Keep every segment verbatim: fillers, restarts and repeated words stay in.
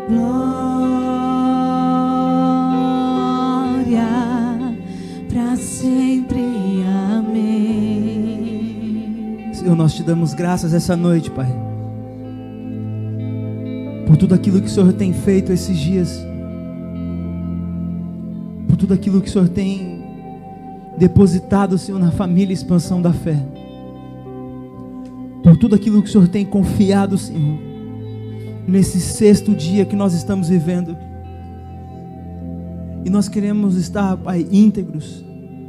glória para sempre. Amém. Senhor, nós te damos graças essa noite, Pai, por tudo aquilo que o Senhor tem feito esses dias, por tudo aquilo que o Senhor tem depositado, Senhor, na família Expansão da Fé, por tudo aquilo que o Senhor tem confiado, Senhor, nesse sexto dia que nós estamos vivendo. E nós queremos estar, Pai, íntegros,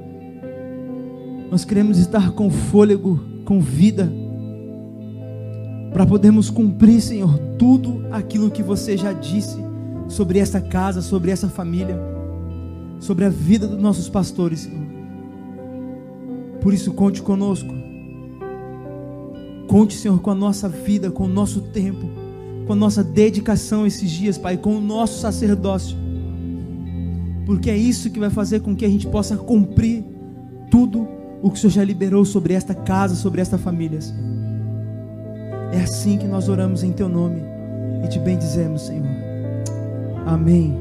nós queremos estar com fôlego, com vida, para podermos cumprir, Senhor, tudo aquilo que você já disse sobre essa casa, sobre essa família, sobre a vida dos nossos pastores, Senhor. Por isso, conte conosco, conte, Senhor, com a nossa vida, com o nosso tempo, com a nossa dedicação esses dias, Pai, com o nosso sacerdócio, porque é isso que vai fazer com que a gente possa cumprir tudo o que o Senhor já liberou sobre esta casa, sobre esta família, Senhor. É assim que nós oramos em Teu nome e te bendizemos, Senhor. Amém.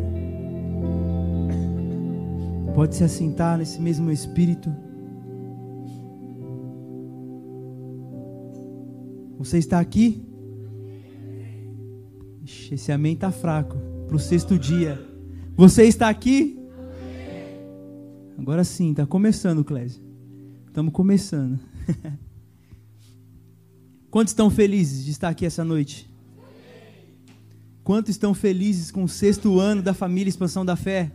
Pode se assentar nesse mesmo espírito. Você está aqui? Ixi, esse amém está fraco para o sexto dia. Você está aqui? Agora sim, está começando, Clésio. Estamos começando. Quantos estão felizes de estar aqui essa noite? Quantos estão felizes com o sexto ano da família Expansão da Fé?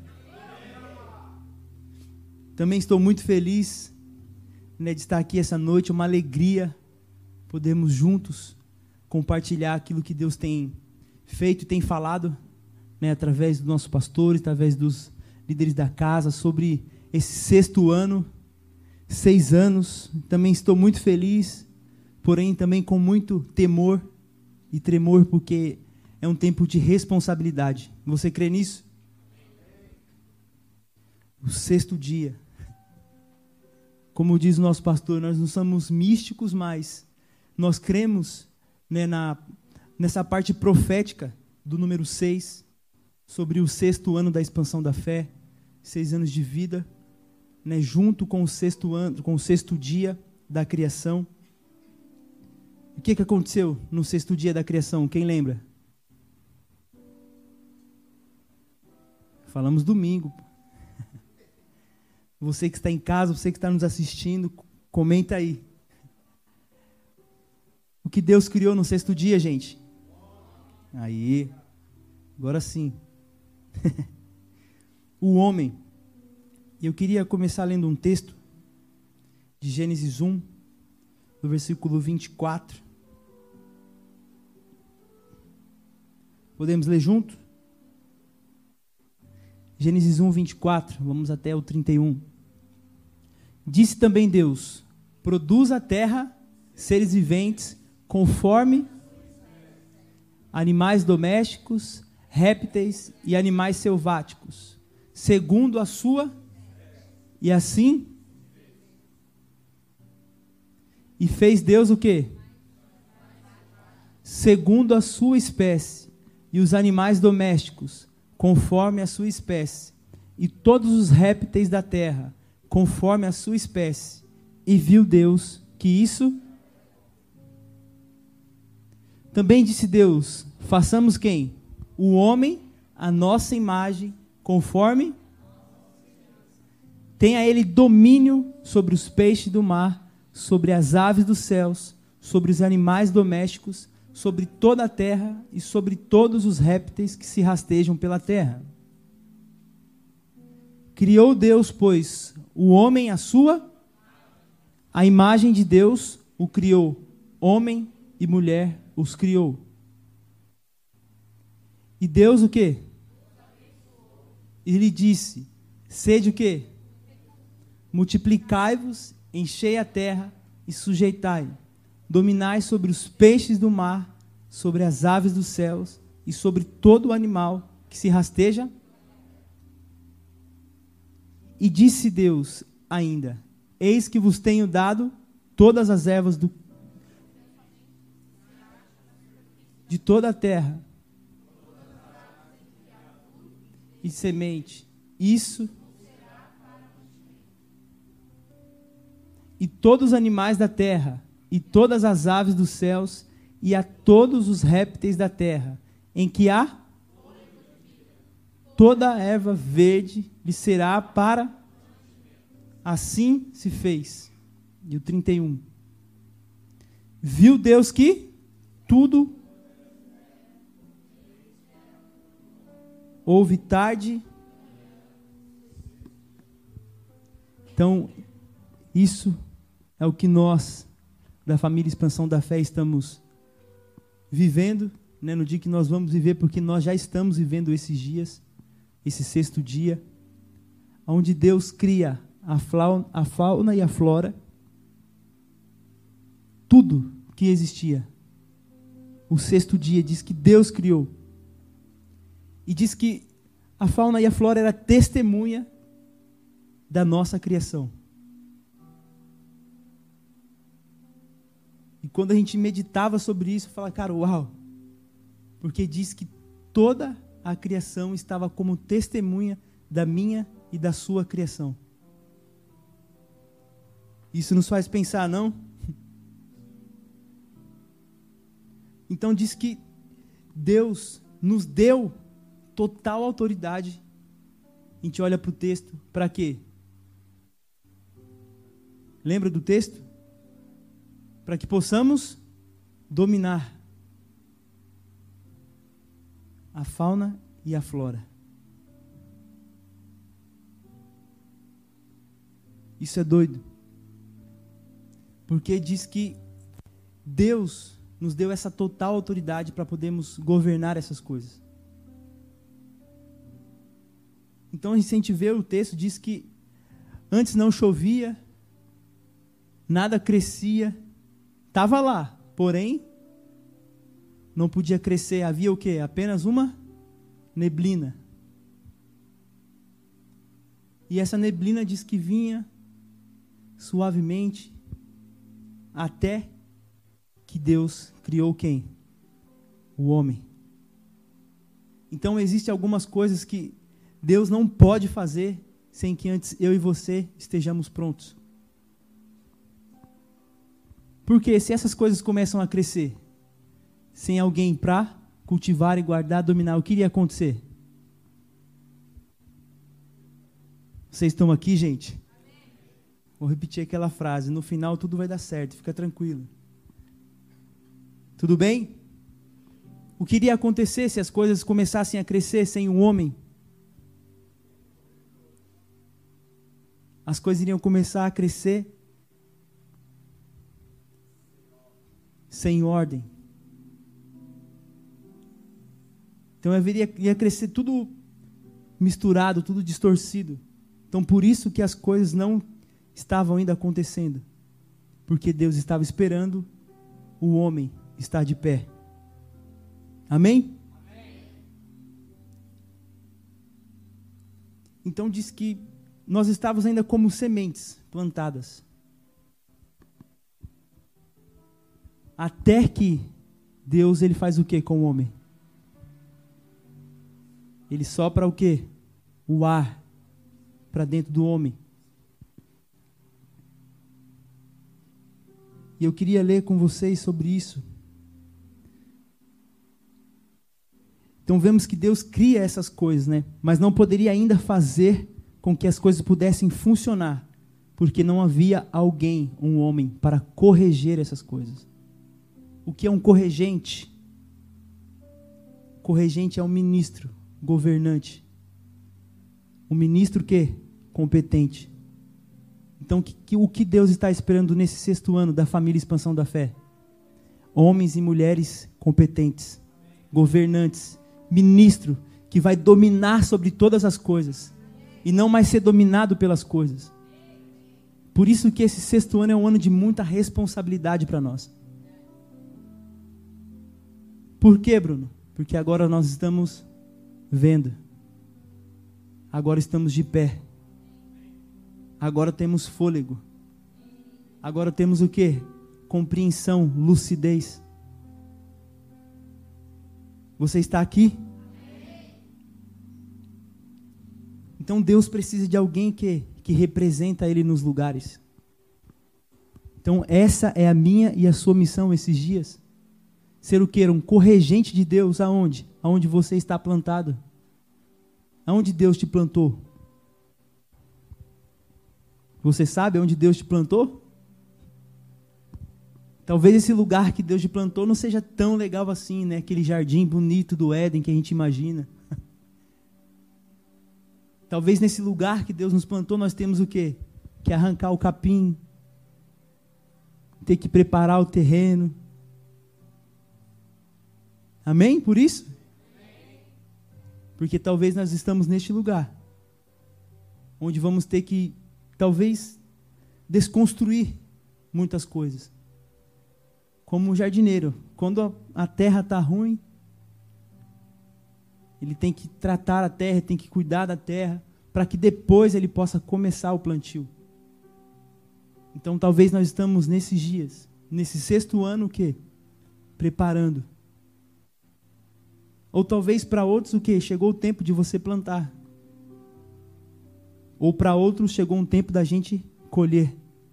Também estou muito feliz, né, de estar aqui essa noite. Uma alegria podermos juntos compartilhar aquilo que Deus tem feito e tem falado, né, através dos nossos pastores, através dos líderes da casa, sobre esse sexto ano, seis anos. Também estou muito feliz, porém também com muito temor e tremor, porque é um tempo de responsabilidade. Você crê nisso? O sexto dia. Como diz o nosso pastor, nós não somos místicos, mas nós cremos, né, na, nessa parte profética do número seis, sobre o sexto ano da expansão da fé, seis anos de vida, né, junto com o sexto ano, com o sexto dia da criação. O que, que aconteceu no sexto dia da criação? Quem lembra? Falamos domingo. Você que está em casa, você que está nos assistindo, comenta aí. O que Deus criou no sexto dia, gente? Aí, agora sim. O homem. E eu queria começar lendo um texto de Gênesis um, no versículo vinte e quatro. Podemos ler junto? Gênesis um, vinte e quatro, vamos até o trinta e um. Disse também Deus: produz a terra seres viventes, conforme animais domésticos, répteis e animais selváticos, segundo a sua, e assim, e fez Deus o quê? Segundo a sua espécie, e os animais domésticos, conforme a sua espécie, e todos os répteis da terra, conforme a sua espécie. E viu Deus que isso... Também disse Deus: façamos quem? O homem, a nossa imagem, conforme... Tenha ele domínio sobre os peixes do mar, sobre as aves dos céus, sobre os animais domésticos, sobre toda a terra e sobre todos os répteis que se rastejam pela terra. Criou Deus, pois, o homem à sua, a imagem de Deus o criou, homem e mulher os criou. E Deus o quê? Ele disse: sede o quê? Multiplicai-vos, enchei a terra e sujeitai. Dominai sobre os peixes do mar, sobre as aves dos céus e sobre todo o animal que se rasteja. E disse Deus ainda: eis que vos tenho dado todas as ervas do, de toda a terra, e semente. Isso. E todos os animais da terra, e todas as aves dos céus, e a todos os répteis da terra, em que há toda a erva verde lhe será para... Assim se fez. E o trinta e um. Viu Deus que tudo houve tarde. Então, isso é o que nós, da família Expansão da Fé, estamos vivendo, né, no dia que nós vamos viver, porque nós já estamos vivendo esses dias, esse sexto dia, onde Deus cria a fauna, a fauna e a flora, tudo que existia. O sexto dia diz que Deus criou. E diz que a fauna e a flora era testemunha da nossa criação. E quando a gente meditava sobre isso, fala, cara, uau, porque diz que toda a criação estava como testemunha da minha e da sua criação. Isso nos faz pensar, não? Então diz que Deus nos deu total autoridade. A gente olha para o texto, para quê? Lembra do texto? Para que possamos dominar a fauna e a flora. Isso é doido. Porque diz que Deus nos deu essa total autoridade para podermos governar essas coisas. Então, se a gente vê o texto, diz que antes não chovia, nada crescia, estava lá, porém, não podia crescer. Havia o quê? Apenas uma neblina. E essa neblina diz que vinha suavemente até que Deus criou quem? O homem. Então, existem algumas coisas que Deus não pode fazer sem que antes eu e você estejamos prontos. Porque se essas coisas começam a crescer, sem alguém para cultivar e guardar, dominar, o que iria acontecer? Vocês estão aqui, gente? Vou repetir aquela frase, no final tudo vai dar certo, fica tranquilo. Tudo bem? O que iria acontecer se as coisas começassem a crescer sem um homem? As coisas iriam começar a crescer sem ordem. Então haveria, ia crescer tudo misturado, tudo distorcido. Então por isso que as coisas não estavam ainda acontecendo. Porque Deus estava esperando o homem estar de pé. Amém? Amém? Então diz que nós estávamos ainda como sementes plantadas. Até que Deus, ele faz o que com o homem? Ele sopra o que? O ar para dentro do homem. E eu queria ler com vocês sobre isso. Então vemos que Deus cria essas coisas, né? Mas não poderia ainda fazer com que as coisas pudessem funcionar, porque não havia alguém, um homem, para corrigir essas coisas. O que é um corregente? Corregente é um ministro, governante. Um ministro que? Competente. Então, que, que, o que Deus está esperando nesse sexto ano da família Expansão da Fé? Homens e mulheres competentes, governantes, ministro que vai dominar sobre todas as coisas e não mais ser dominado pelas coisas. Por isso que esse sexto ano é um ano de muita responsabilidade para nós. Por quê, Bruno? Porque agora nós estamos vendo. Agora estamos de pé. Agora temos fôlego. Agora temos o quê? Compreensão, lucidez. Você está aqui? Então Deus precisa de alguém que, que representa Ele nos lugares. Então essa é a minha e a sua missão esses dias. Ser o quê? Um corregente de Deus aonde? Aonde você está plantado. Aonde Deus te plantou? Você sabe aonde Deus te plantou? Talvez esse lugar que Deus te plantou não seja tão legal assim, né? Aquele jardim bonito do Éden que a gente imagina. Talvez nesse lugar que Deus nos plantou nós temos o quê? Que arrancar o capim, ter que preparar o terreno. Amém? Por isso? Porque talvez nós estamos neste lugar, onde vamos ter que, talvez, desconstruir muitas coisas. Como um jardineiro, quando a terra está ruim, ele tem que tratar a terra, tem que cuidar da terra, para que depois ele possa começar o plantio. Então talvez nós estamos nesses dias, nesse sexto ano o quê? Preparando. Ou talvez para outros o quê? Chegou o tempo de você plantar. Ou para outros chegou um tempo da gente colher.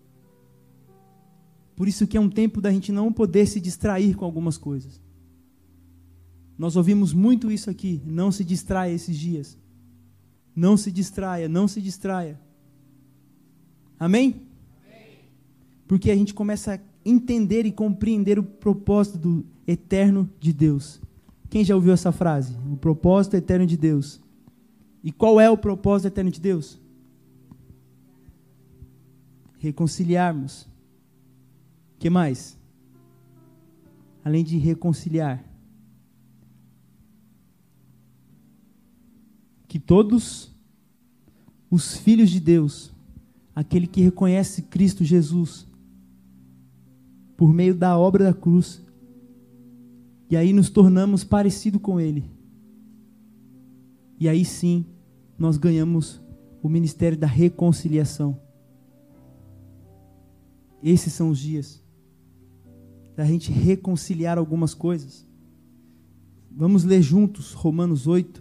Por isso que é um tempo da gente não poder se distrair com algumas coisas. Nós ouvimos muito isso aqui, não se distraia esses dias. Não se distraia, não se distraia. Amém? Amém? Porque a gente começa a entender e compreender o propósito do eterno de Deus. Quem já ouviu essa frase? O propósito eterno de Deus. E qual é o propósito eterno de Deus? Reconciliarmos. O que mais? Além de reconciliar. Que todos os filhos de Deus, aquele que reconhece Cristo Jesus, por meio da obra da cruz, e aí nos tornamos parecidos com Ele. E aí sim, nós ganhamos o ministério da reconciliação. Esses são os dias da gente reconciliar algumas coisas. Vamos ler juntos Romanos oito,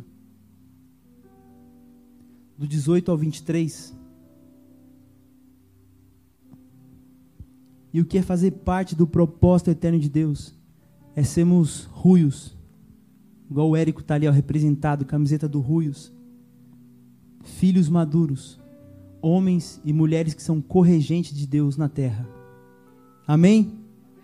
do dezoito ao vinte e três. E o que é fazer parte do propósito eterno de Deus? É sermos ruios, igual o Érico está ali, ó, representado, camiseta do Ruios. Filhos maduros, homens e mulheres que são corregentes de Deus na terra. Amém?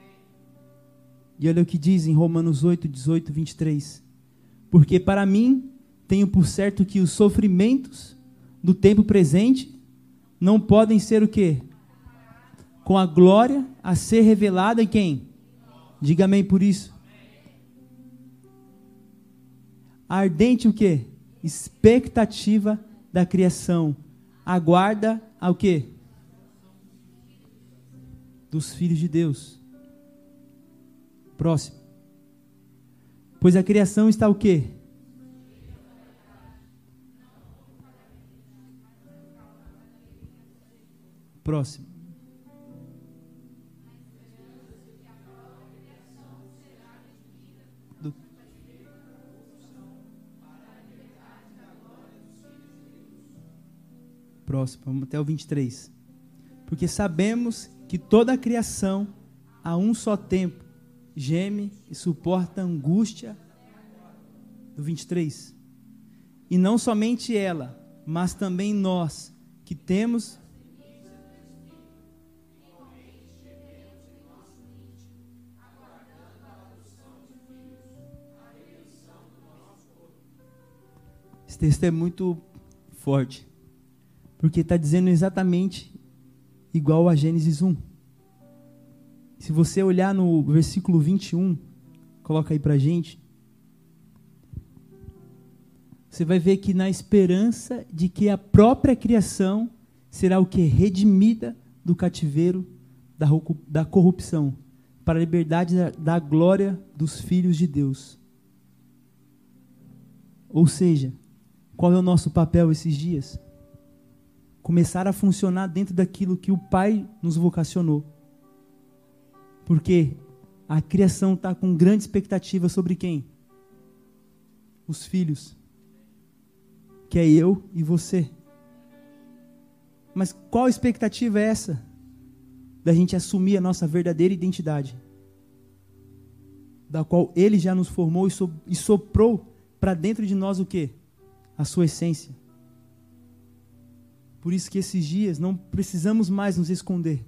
E olha o que diz em Romanos oito, dezoito, vinte e três. Porque para mim, tenho por certo que os sofrimentos do tempo presente não podem ser o quê? Com a glória a ser revelada em quem? Diga amém por isso. A ardente o quê? Expectativa da criação. Aguarda ao quê? Dos filhos de Deus. Próximo. Pois a criação está o quê? Próximo. Do... Próximo, vamos até o vinte e três. Porque sabemos que toda a criação, a um só tempo, geme e suporta angústia. Do vinte e três. E não somente ela, mas também nós, que temos... Esse texto é muito forte, porque está dizendo exatamente igual a Gênesis um. Se você olhar no versículo vinte e um, coloca aí para a gente, você vai ver que na esperança de que a própria criação será o que? Redimida do cativeiro da, da corrupção, para a liberdade da, da glória dos filhos de Deus. Ou seja, qual é o nosso papel esses dias? Começar a funcionar dentro daquilo que o Pai nos vocacionou. Porque a criação está com grande expectativa sobre quem? Os filhos. Que é eu e você. Mas qual expectativa é essa? Da gente assumir a nossa verdadeira identidade, da qual Ele já nos formou e, so, e soprou para dentro de nós o quê? A sua essência. Por isso que esses dias não precisamos mais nos esconder.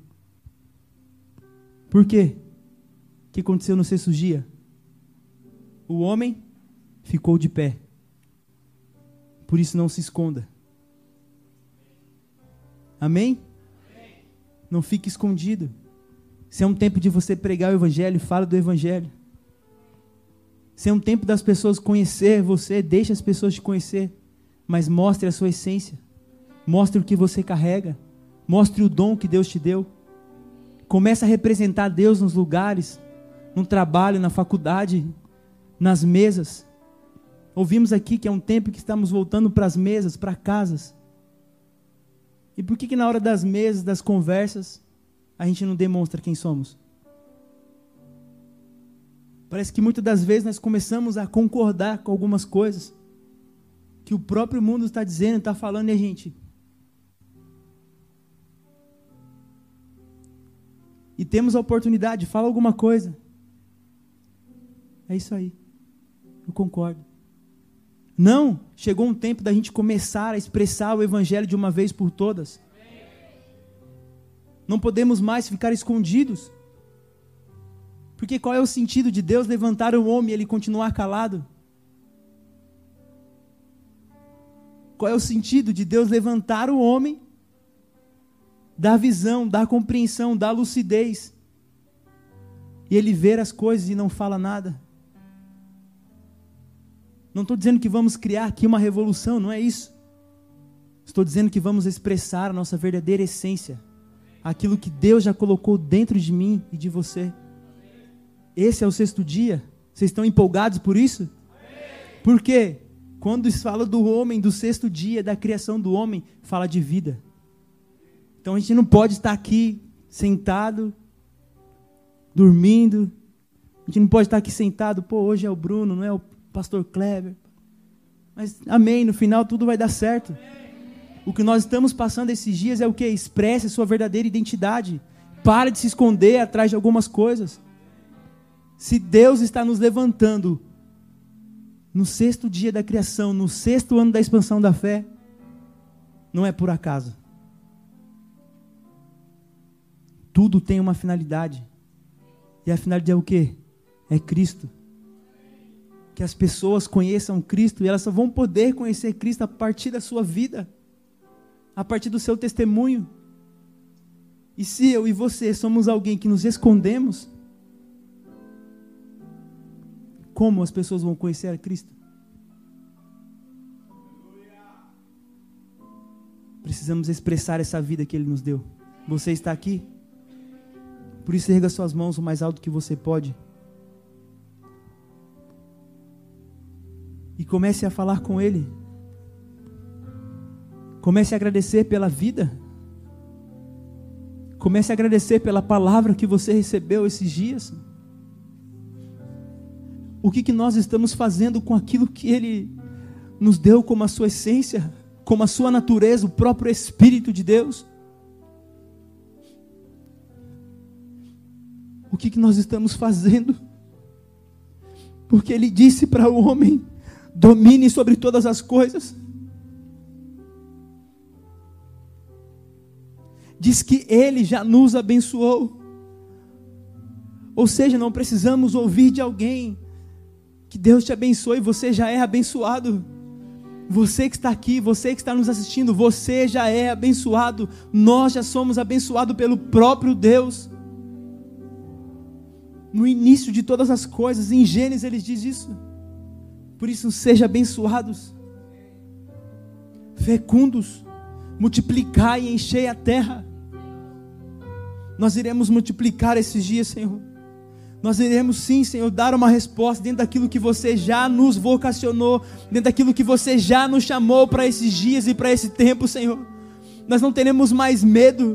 Por quê? O que aconteceu no sexto dia? O homem ficou de pé. Por isso não se esconda. Amém? Amém? Não fique escondido. Se é um tempo de você pregar o Evangelho, fala do Evangelho. Se é um tempo das pessoas conhecer você, deixe as pessoas te conhecer. Mas mostre a sua essência. Mostre o que você carrega. Mostre o dom que Deus te deu. Comece a representar Deus nos lugares, no trabalho, na faculdade, nas mesas. Ouvimos aqui que é um tempo que estamos voltando para as mesas, para casas. E por que que na hora das mesas, das conversas, a gente não demonstra quem somos? Parece que muitas das vezes nós começamos a concordar com algumas coisas que o próprio mundo está dizendo, está falando, e a gente... E temos a oportunidade, fala alguma coisa. É isso aí. Eu concordo. Não, chegou um tempo da gente começar a expressar o Evangelho de uma vez por todas. Não podemos mais ficar escondidos. Porque qual é o sentido de Deus levantar o homem e ele continuar calado? Qual é o sentido de Deus levantar o homem, dar visão, dar compreensão, dar lucidez, e ele ver as coisas e não fala nada? Não estou dizendo que vamos criar aqui uma revolução, não é isso. Estou dizendo que vamos expressar a nossa verdadeira essência, aquilo que Deus já colocou dentro de mim e de você. Esse é o sexto dia. Vocês estão empolgados por isso? Por quê? Quando se fala do homem, do sexto dia, da criação do homem, fala de vida. Então a gente não pode estar aqui sentado, dormindo. A gente não pode estar aqui sentado, pô, hoje é o Bruno, não é o pastor Kleber. Mas amém, no final tudo vai dar certo. O que nós estamos passando esses dias é o que? Expresse a sua verdadeira identidade. Pare de se esconder atrás de algumas coisas. Se Deus está nos levantando no sexto dia da criação, no sexto ano da expansão da fé, não é por acaso. Tudo tem uma finalidade. E a finalidade é o quê? É Cristo. Que as pessoas conheçam Cristo, e elas só vão poder conhecer Cristo a partir da sua vida, a partir do seu testemunho. E se eu e você somos alguém que nos escondemos, como as pessoas vão conhecer a Cristo? Precisamos expressar essa vida que Ele nos deu. Você está aqui? Por isso erga suas mãos o mais alto que você pode. E comece a falar com Ele. Comece a agradecer pela vida. Comece a agradecer pela palavra que você recebeu esses dias. O que, que nós estamos fazendo com aquilo que Ele nos deu como a sua essência, como a sua natureza, o próprio Espírito de Deus? O que, que nós estamos fazendo? Porque Ele disse para o homem: domine sobre todas as coisas. Diz que Ele já nos abençoou. Ou seja, não precisamos ouvir de alguém que Deus te abençoe, você já é abençoado. Você que está aqui, você que está nos assistindo, você já é abençoado. Nós já somos abençoados pelo próprio Deus. No início de todas as coisas, em Gênesis Ele diz isso. Por isso, sejam abençoados, fecundos, multiplicai e enchei a terra. Nós iremos multiplicar esses dias, Senhor. Nós iremos sim, Senhor, dar uma resposta dentro daquilo que você já nos vocacionou, dentro daquilo que você já nos chamou para esses dias e para esse tempo, Senhor. Nós não teremos mais medo,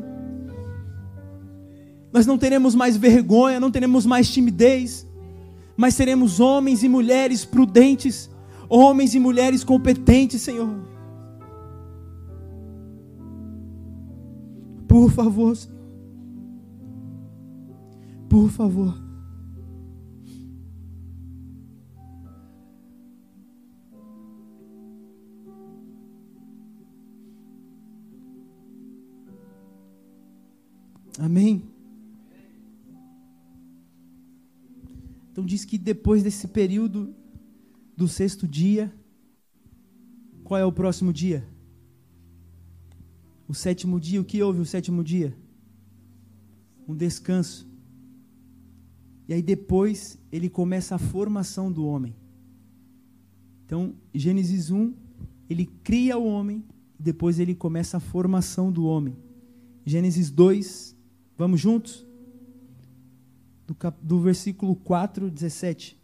nós não teremos mais vergonha, não teremos mais timidez, mas seremos homens e mulheres prudentes, homens e mulheres competentes, Senhor. Por favor, Senhor. Por favor. Amém? Então diz que depois desse período do sexto dia, qual é o próximo dia? O sétimo dia, o que houve o sétimo dia? Um descanso. E aí depois ele começa a formação do homem. Então, Gênesis um, ele cria o homem, e depois ele começa a formação do homem. Gênesis dois, vamos juntos? Do, cap, do versículo quatro, dezessete.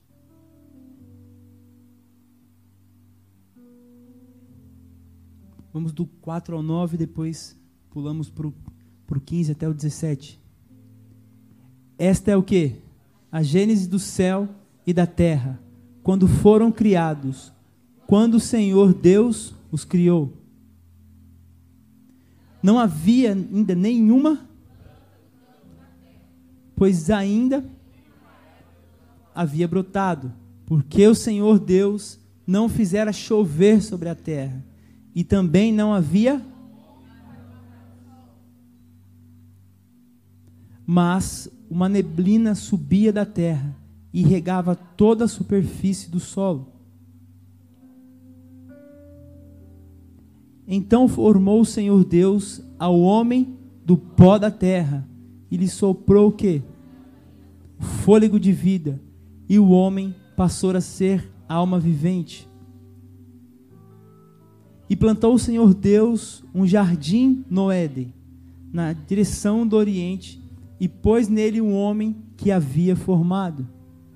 Vamos do quatro ao nove, depois pulamos para o quinze até o dezessete. Esta é o que? A gênese do céu e da terra, quando foram criados, quando o Senhor Deus os criou. Não havia ainda nenhuma, pois ainda havia brotado, porque o Senhor Deus não fizera chover sobre a terra, e também não havia, mas uma neblina subia da terra e regava toda a superfície do solo. Então formou o Senhor Deus ao homem do pó da terra, e lhe soprou o quê? O fôlego de vida, e o homem passou a ser alma vivente. E plantou o Senhor Deus um jardim no Éden, na direção do Oriente, e pôs nele um homem que havia formado.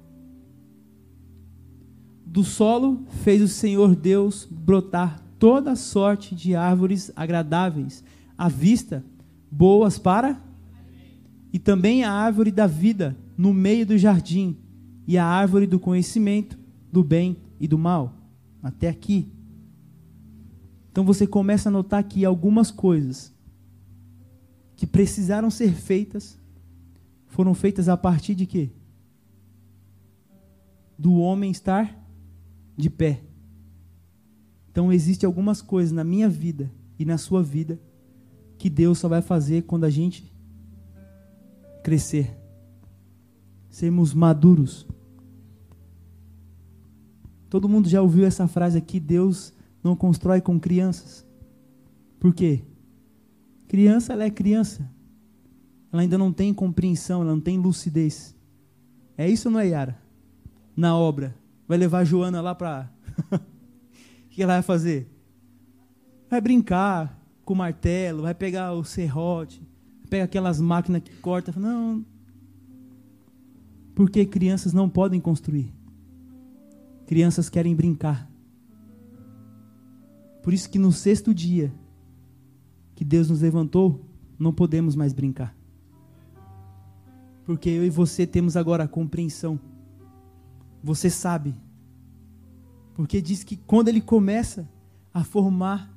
Do solo fez o Senhor Deus brotar toda sorte de árvores agradáveis à vista, boas para, e também a árvore da vida no meio do jardim, e a árvore do conhecimento do bem e do mal. Até aqui. Então você começa a notar que algumas coisas que precisaram ser feitas, foram feitas a partir de quê? Do homem estar de pé. Então existem algumas coisas na minha vida e na sua vida que Deus só vai fazer quando a gente crescer, sermos maduros. Todo mundo já ouviu essa frase aqui: Deus não constrói com crianças. Por quê? Criança, ela é criança. Ela ainda não tem compreensão, ela não tem lucidez. É isso ou não é, Yara? Na obra. Vai levar a Joana lá para... O que ela vai fazer? Vai brincar com o martelo, vai pegar o serrote, vai pegar aquelas máquinas que cortam. Não. Porque crianças não podem construir. Crianças querem brincar. Por isso que no sexto dia que Deus nos levantou, não podemos mais brincar. Porque eu e você temos agora a compreensão. Você sabe. Porque diz que quando ele começa a formar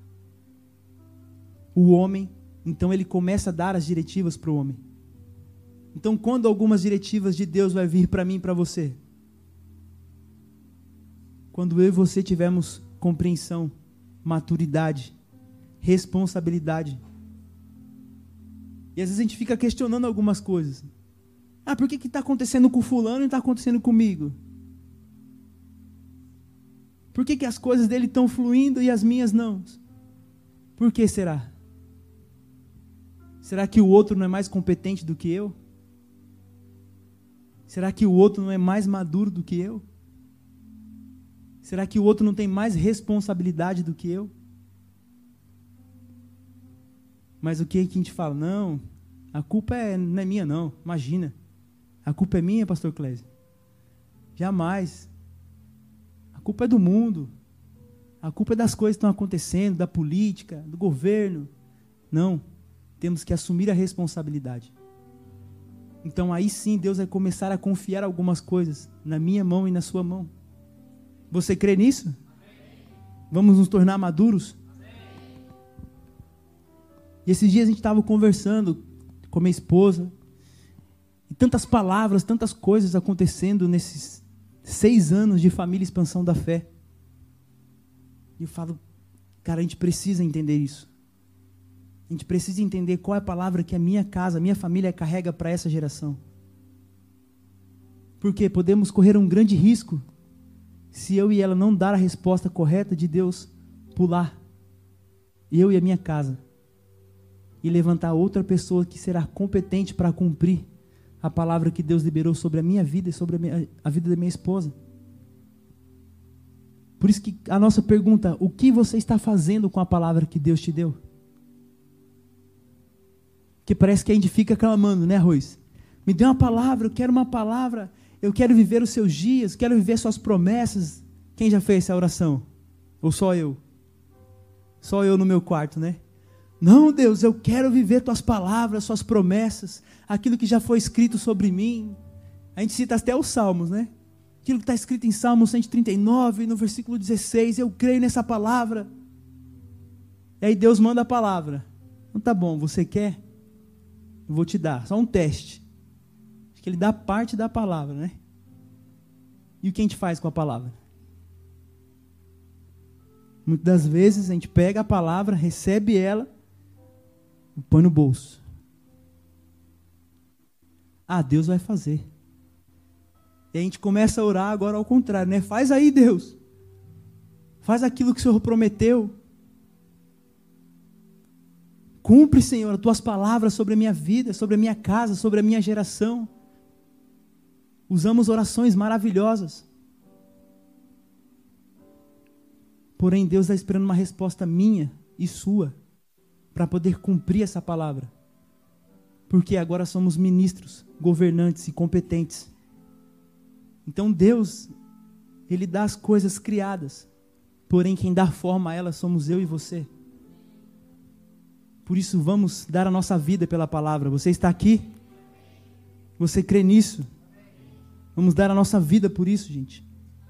o homem, então ele começa a dar as diretivas para o homem. Então quando algumas diretivas de Deus vai vir para mim e para você? Quando eu e você tivermos compreensão, maturidade, responsabilidade. E às vezes a gente fica questionando algumas coisas. Ah, por que que está acontecendo com fulano e está acontecendo comigo? Por que que as coisas dele estão fluindo e as minhas não? Por que será? Será que o outro não é mais competente do que eu? Será que o outro não é mais maduro do que eu? Será que o outro não tem mais responsabilidade do que eu? Mas o que, que a gente fala? Não, a culpa é, não é minha não, imagina. A culpa é minha, pastor Clésio? Jamais. A culpa é do mundo. A culpa é das coisas que estão acontecendo, da política, do governo. Não, temos que assumir a responsabilidade. Então aí sim Deus vai começar a confiar algumas coisas na minha mão e na sua mão. Você crê nisso? Vamos nos tornar maduros? E esses dias a gente estava conversando com minha esposa, e tantas palavras, tantas coisas acontecendo nesses seis anos de família Expansão da Fé. E eu falo, cara, a gente precisa entender isso. A gente precisa entender qual é a palavra que a minha casa, a minha família carrega para essa geração. Porque podemos correr um grande risco se eu e ela não dar a resposta correta de Deus pular. Eu e a minha casa. E levantar outra pessoa que será competente para cumprir a palavra que Deus liberou sobre a minha vida e sobre a, minha, a vida da minha esposa. Por isso que a nossa pergunta, o que você está fazendo com a palavra que Deus te deu? Porque parece que a gente fica clamando, né, Ruiz? Me dê uma palavra, eu quero uma palavra, eu quero viver os seus dias, quero viver suas promessas. Quem já fez essa oração? Ou só eu? Só eu no meu quarto, né? Não, Deus, eu quero viver tuas palavras, suas promessas, aquilo que já foi escrito sobre mim. A gente cita até os Salmos, né? Aquilo que está escrito em Salmo cento e trinta e nove, no versículo dezesseis, eu creio nessa palavra. E aí Deus manda a palavra. Então tá bom, você quer? Eu vou te dar, só um teste. Acho que ele dá parte da palavra, né? E o que a gente faz com a palavra? Muitas das vezes a gente pega a palavra, recebe ela, e põe no bolso. Ah, Deus vai fazer. E a gente começa a orar agora ao contrário, né? Faz aí, Deus. Faz aquilo que o Senhor prometeu. Cumpre, Senhor, as tuas palavras sobre a minha vida, sobre a minha casa, sobre a minha geração. Usamos orações maravilhosas. Porém, Deus está esperando uma resposta minha e sua para poder cumprir essa palavra. Porque agora somos ministros, governantes e competentes. Então Deus, Ele dá as coisas criadas. Porém, quem dá forma a elas somos eu e você. Por isso, vamos dar a nossa vida pela palavra. Você está aqui? Você crê nisso? Vamos dar a nossa vida por isso, gente.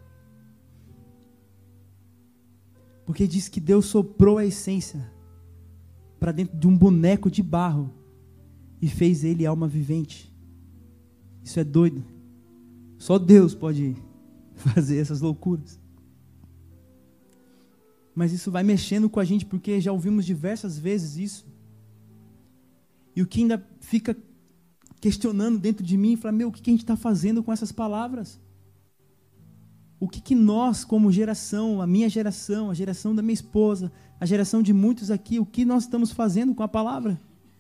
Porque diz que Deus soprou a essência para dentro de um boneco de barro e fez ele alma vivente. Isso é doido. Só Deus pode fazer essas loucuras. Mas isso vai mexendo com a gente, porque já ouvimos diversas vezes isso. E o que ainda fica questionando dentro de mim, fala, meu, o que a gente está fazendo com essas palavras? O que, que nós, como geração, a minha geração, a geração da minha esposa, a geração de muitos aqui, o que nós estamos fazendo com a palavra?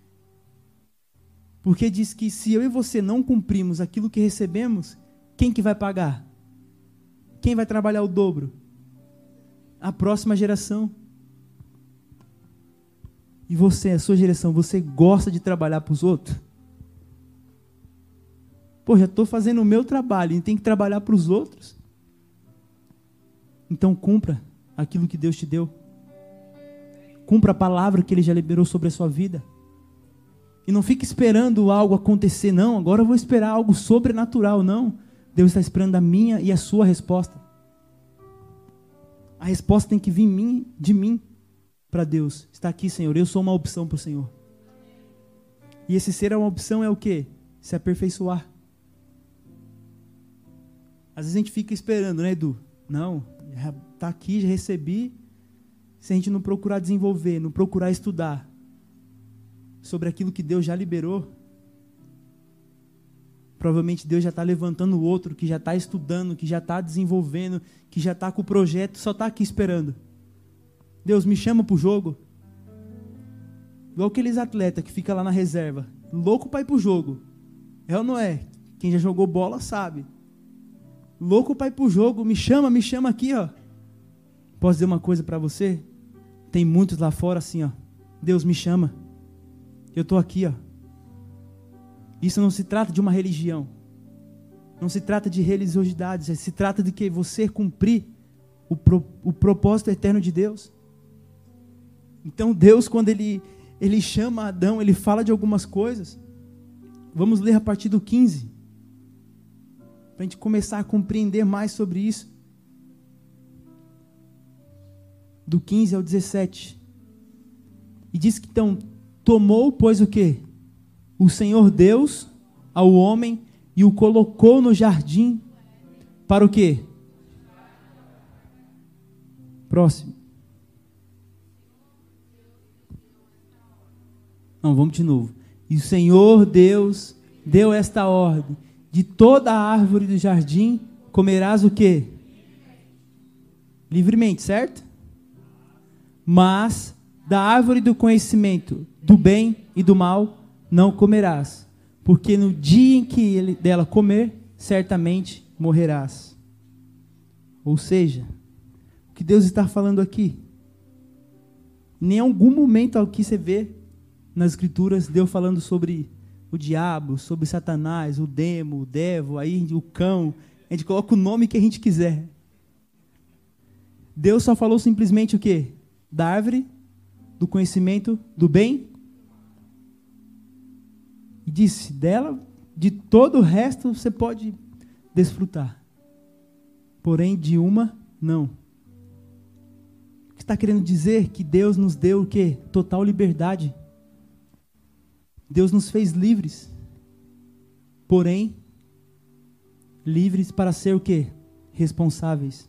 Porque diz que se eu e você não cumprimos aquilo que recebemos, quem que vai pagar? Quem vai trabalhar o dobro? A próxima geração. E você, a sua geração, você gosta de trabalhar para os outros? Pô, já estou fazendo o meu trabalho e tem que trabalhar para os outros? Então cumpra aquilo que Deus te deu. Cumpra a palavra que Ele já liberou sobre a sua vida. E não fique esperando algo acontecer, não, agora eu vou esperar algo sobrenatural, não. Deus está esperando a minha e a sua resposta. A resposta tem que vir mim, de mim para Deus. Está aqui, Senhor, eu sou uma opção para o Senhor. E esse ser uma opção é o quê? Se aperfeiçoar. Às vezes a gente fica esperando, né, Edu? Não, está aqui, já recebi. Se a gente não procurar desenvolver, não procurar estudar sobre aquilo que Deus já liberou, provavelmente Deus já está levantando o outro, que já está estudando, que já está desenvolvendo, que já está com o projeto, só está aqui esperando. Deus, me chama para o jogo. Igual aqueles atletas que ficam lá na reserva, louco para ir para o jogo. É ou não é? Quem já jogou bola sabe. Louco para ir para o jogo, me chama, me chama aqui, ó. Posso dizer uma coisa para você? Tem muitos lá fora assim, ó. Deus, me chama. Eu estou aqui, ó. Isso não se trata de uma religião. Não se trata de religiosidade. Se trata de que você cumprir o, pro, o propósito eterno de Deus. Então Deus, quando ele, ele chama Adão, ele fala de algumas coisas. Vamos ler a partir do quinze. Para a gente começar a compreender mais sobre isso. Do quinze ao dezessete. E diz que então, Tomou, pois, o quê? O Senhor Deus ao homem e o colocou no jardim para o quê? Próximo. Não, vamos de novo. E o Senhor Deus deu esta ordem: de toda a árvore do jardim comerás o quê? Livremente, certo? Mas da árvore do conhecimento do bem e do mal não comerás, porque no dia em que ele, dela comer, certamente morrerás. Ou seja, o que Deus está falando aqui, em algum momento aqui você vê nas escrituras Deus falando sobre o diabo, sobre Satanás, o demo, o devo, aí o cão, a gente coloca o nome que a gente quiser. Deus só falou simplesmente o quê? Da árvore do conhecimento do bem. E disse, dela, de todo o resto você pode desfrutar. Porém, de uma, não. O que está querendo dizer? Que Deus nos deu o quê? Total liberdade. Deus nos fez livres. Porém, livres para ser o quê? Responsáveis.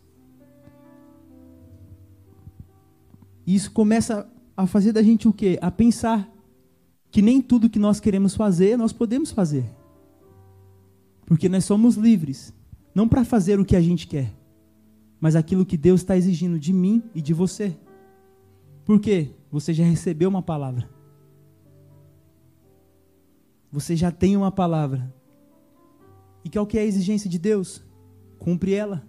Isso começa a fazer da gente o quê? A pensar que nem tudo que nós queremos fazer, nós podemos fazer. Porque nós somos livres. Não para fazer o que a gente quer, mas aquilo que Deus está exigindo de mim e de você. Por quê? Você já recebeu uma palavra. Você já tem uma palavra. E qual que é a exigência de Deus? Cumpre ela.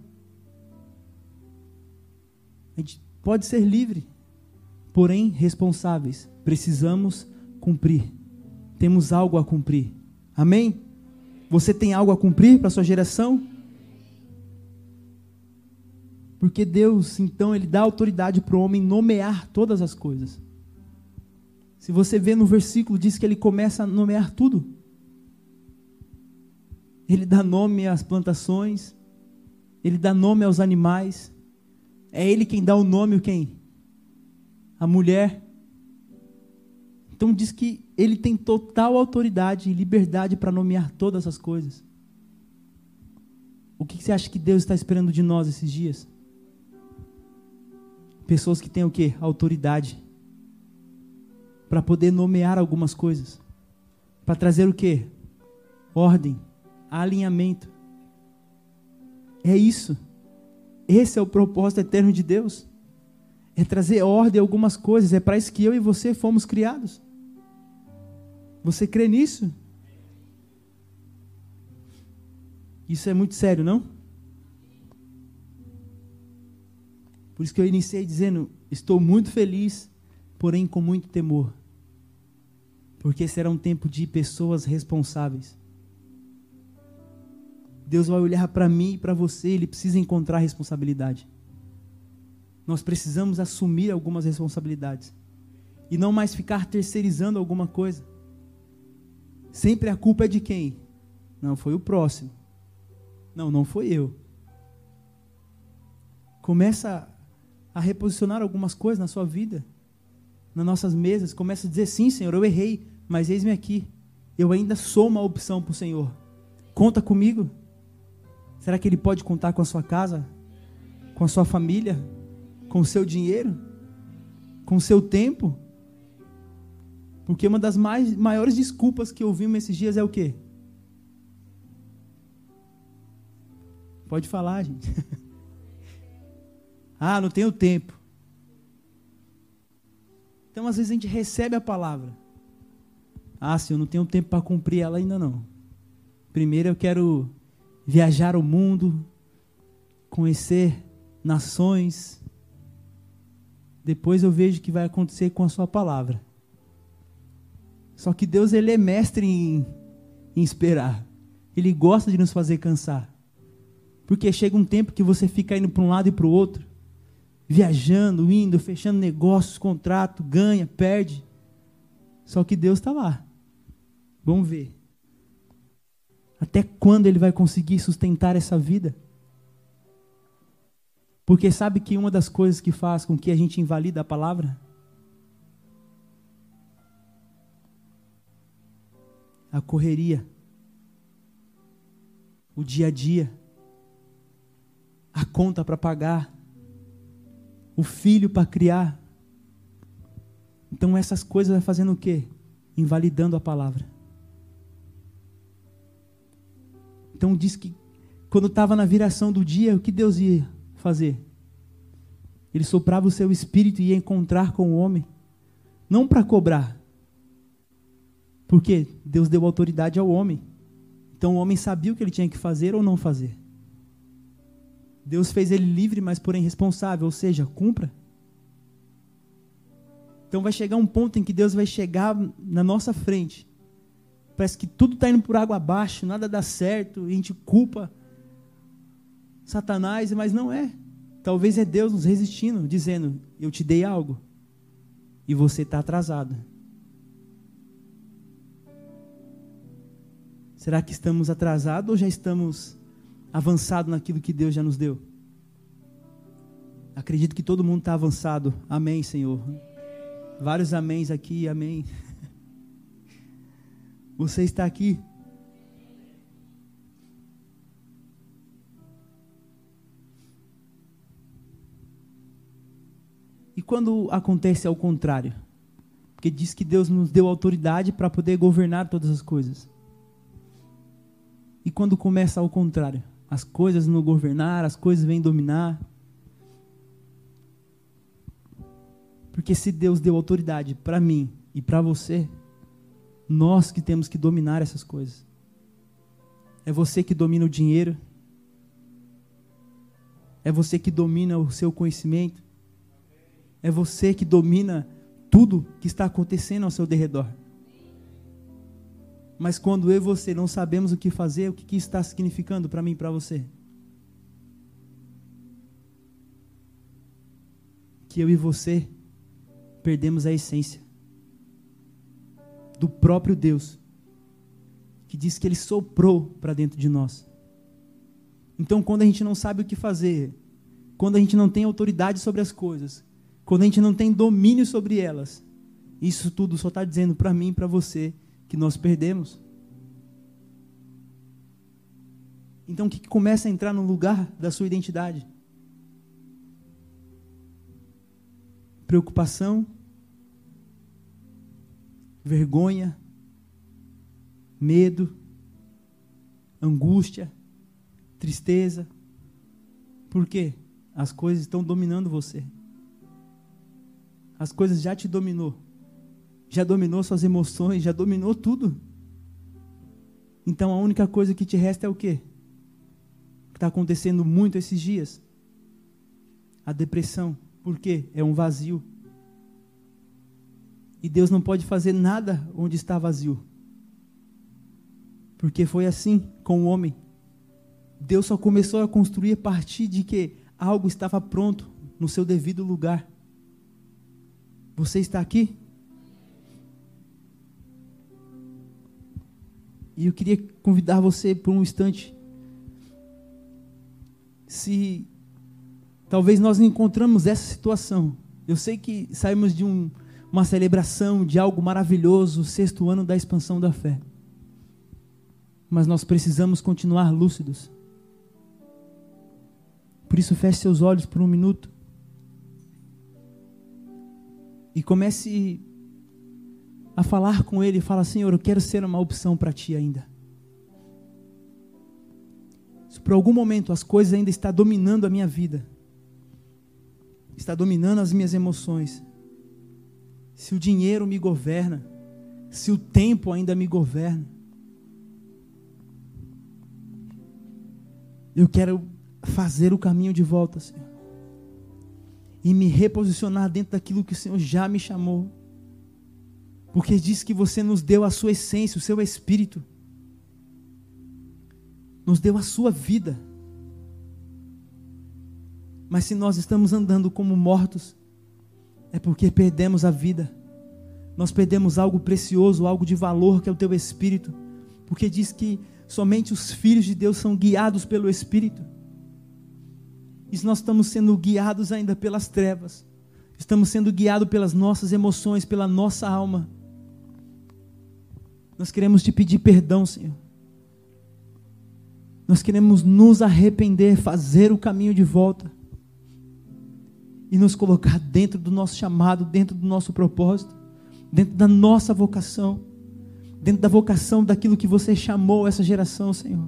A gente pode ser livre, porém responsáveis. Precisamos cumprir. Temos algo a cumprir. Amém? Você tem algo a cumprir para a sua geração? Porque Deus, então, Ele dá autoridade para o homem nomear todas as coisas. Se você vê no versículo, diz que Ele começa a nomear tudo. Ele dá nome às plantações, Ele dá nome aos animais. É Ele quem dá o nome, quem? A mulher. Então diz que Ele tem total autoridade e liberdade para nomear todas as coisas. O que você acha que Deus está esperando de nós esses dias? Pessoas que têm o quê? Autoridade. Para poder nomear algumas coisas. Para trazer o quê? Ordem, alinhamento. É isso. Esse é o propósito eterno de Deus. É trazer ordem a algumas coisas. É para isso que eu e você fomos criados. Você crê nisso? Isso é muito sério, não? Por isso que eu iniciei dizendo, estou muito feliz, porém com muito temor. Porque será um tempo de pessoas responsáveis. Deus vai olhar para mim e para você, Ele precisa encontrar responsabilidade. Nós precisamos assumir algumas responsabilidades. E não mais ficar terceirizando alguma coisa. Sempre a culpa é de quem? Não, foi o próximo. Não, não foi eu. Começa a reposicionar algumas coisas na sua vida, nas nossas mesas. Começa a dizer, sim, Senhor, eu errei, mas eis-me aqui. Eu ainda sou uma opção para o Senhor. Conta comigo. Será que Ele pode contar com a sua casa? Com a sua família? Com o seu dinheiro? Com o seu tempo? Porque uma das mais, maiores desculpas que ouvimos esses dias é o quê? Pode falar, gente. Ah, não tenho tempo. Então, às vezes a gente recebe a palavra. Ah, Senhor, não tenho tempo para cumprir ela ainda não. Primeiro eu quero viajar o mundo, conhecer nações. Depois eu vejo o que vai acontecer com a sua palavra. Só que Deus, Ele é mestre em, em esperar. Ele gosta de nos fazer cansar. Porque chega um tempo que você fica indo para um lado e para o outro. Viajando, indo, fechando negócios, contrato, ganha, perde. Só que Deus está lá. Vamos ver. Até quando Ele vai conseguir sustentar essa vida? Porque sabe que uma das coisas que faz com que a gente invalida a palavra? a correria, o dia a dia, a conta para pagar, o filho para criar. Então essas coisas vai fazendo o quê? Invalidando a palavra. Então diz que quando estava na viração do dia, o que Deus ia fazer? Ele soprava o seu espírito e ia encontrar com o homem, não para cobrar, porque Deus deu autoridade ao homem. Então o homem sabia o que ele tinha que fazer ou não fazer. Deus fez ele livre, mas porém responsável, ou seja, cumpra. Então vai chegar um ponto em que Deus vai chegar na nossa frente. Parece que tudo está indo por água abaixo, nada dá certo, e a gente culpa Satanás, mas não é. Talvez é Deus nos resistindo, dizendo, eu te dei algo, e você está atrasado. Será que estamos atrasados ou já estamos avançados naquilo que Deus já nos deu? Acredito que todo mundo está avançado. Amém, Senhor. Vários améns aqui, amém. Você está aqui. E quando acontece ao contrário? Porque diz que Deus nos deu autoridade para poder governar todas as coisas. E quando começa ao contrário? As coisas não governar, as coisas vêm dominar. Porque se Deus deu autoridade para mim e para você, nós que temos que dominar essas coisas. É você que domina o dinheiro. É você que domina o seu conhecimento. É você que domina tudo que está acontecendo ao seu derredor. Mas quando eu e você não sabemos o que fazer, o que, que está significando para mim e para você? Que eu e você perdemos a essência do próprio Deus, que diz que Ele soprou para dentro de nós. Então, quando a gente não sabe o que fazer, quando a gente não tem autoridade sobre as coisas, quando a gente não tem domínio sobre elas, isso tudo só está dizendo para mim e para você que nós perdemos. Então, o que começa a entrar no lugar da sua identidade? Preocupação, vergonha, medo, angústia, tristeza. Por quê? As coisas estão dominando você. As coisas já te dominou. Já dominou suas emoções, já dominou tudo. Então a única coisa que te resta é o quê? Que está acontecendo muito esses dias. A depressão. Por quê? É um vazio. E Deus não pode fazer nada onde está vazio. Porque foi assim com o homem. Deus só começou a construir a partir de que algo estava pronto no seu devido lugar. Você está aqui? E eu queria convidar você por um instante. Se talvez nós encontramos essa situação. Eu sei que saímos de um, uma celebração de algo maravilhoso, o sexto ano da expansão da fé. Mas nós precisamos continuar lúcidos. Por isso, feche seus olhos por um minuto. E comece a falar com Ele. Fala, Senhor, eu quero ser uma opção para Ti ainda. Se por algum momento as coisas ainda estão dominando a minha vida, está dominando as minhas emoções, se o dinheiro me governa, se o tempo ainda me governa, eu quero fazer o caminho de volta, Senhor, e me reposicionar dentro daquilo que o Senhor já me chamou, porque diz que você nos deu a sua essência, o seu espírito, nos deu a sua vida. Mas se nós estamos andando como mortos, é porque perdemos a vida. Nós perdemos algo precioso, algo de valor, que é o teu Espírito. Porque diz que somente os filhos de Deus são guiados pelo Espírito. E nós estamos sendo guiados ainda pelas trevas. Estamos sendo guiados pelas nossas emoções, pela nossa alma. Nós queremos te pedir perdão, Senhor. Nós queremos nos arrepender, fazer o caminho de volta e nos colocar dentro do nosso chamado, dentro do nosso propósito, dentro da nossa vocação, dentro da vocação daquilo que você chamou essa geração, Senhor.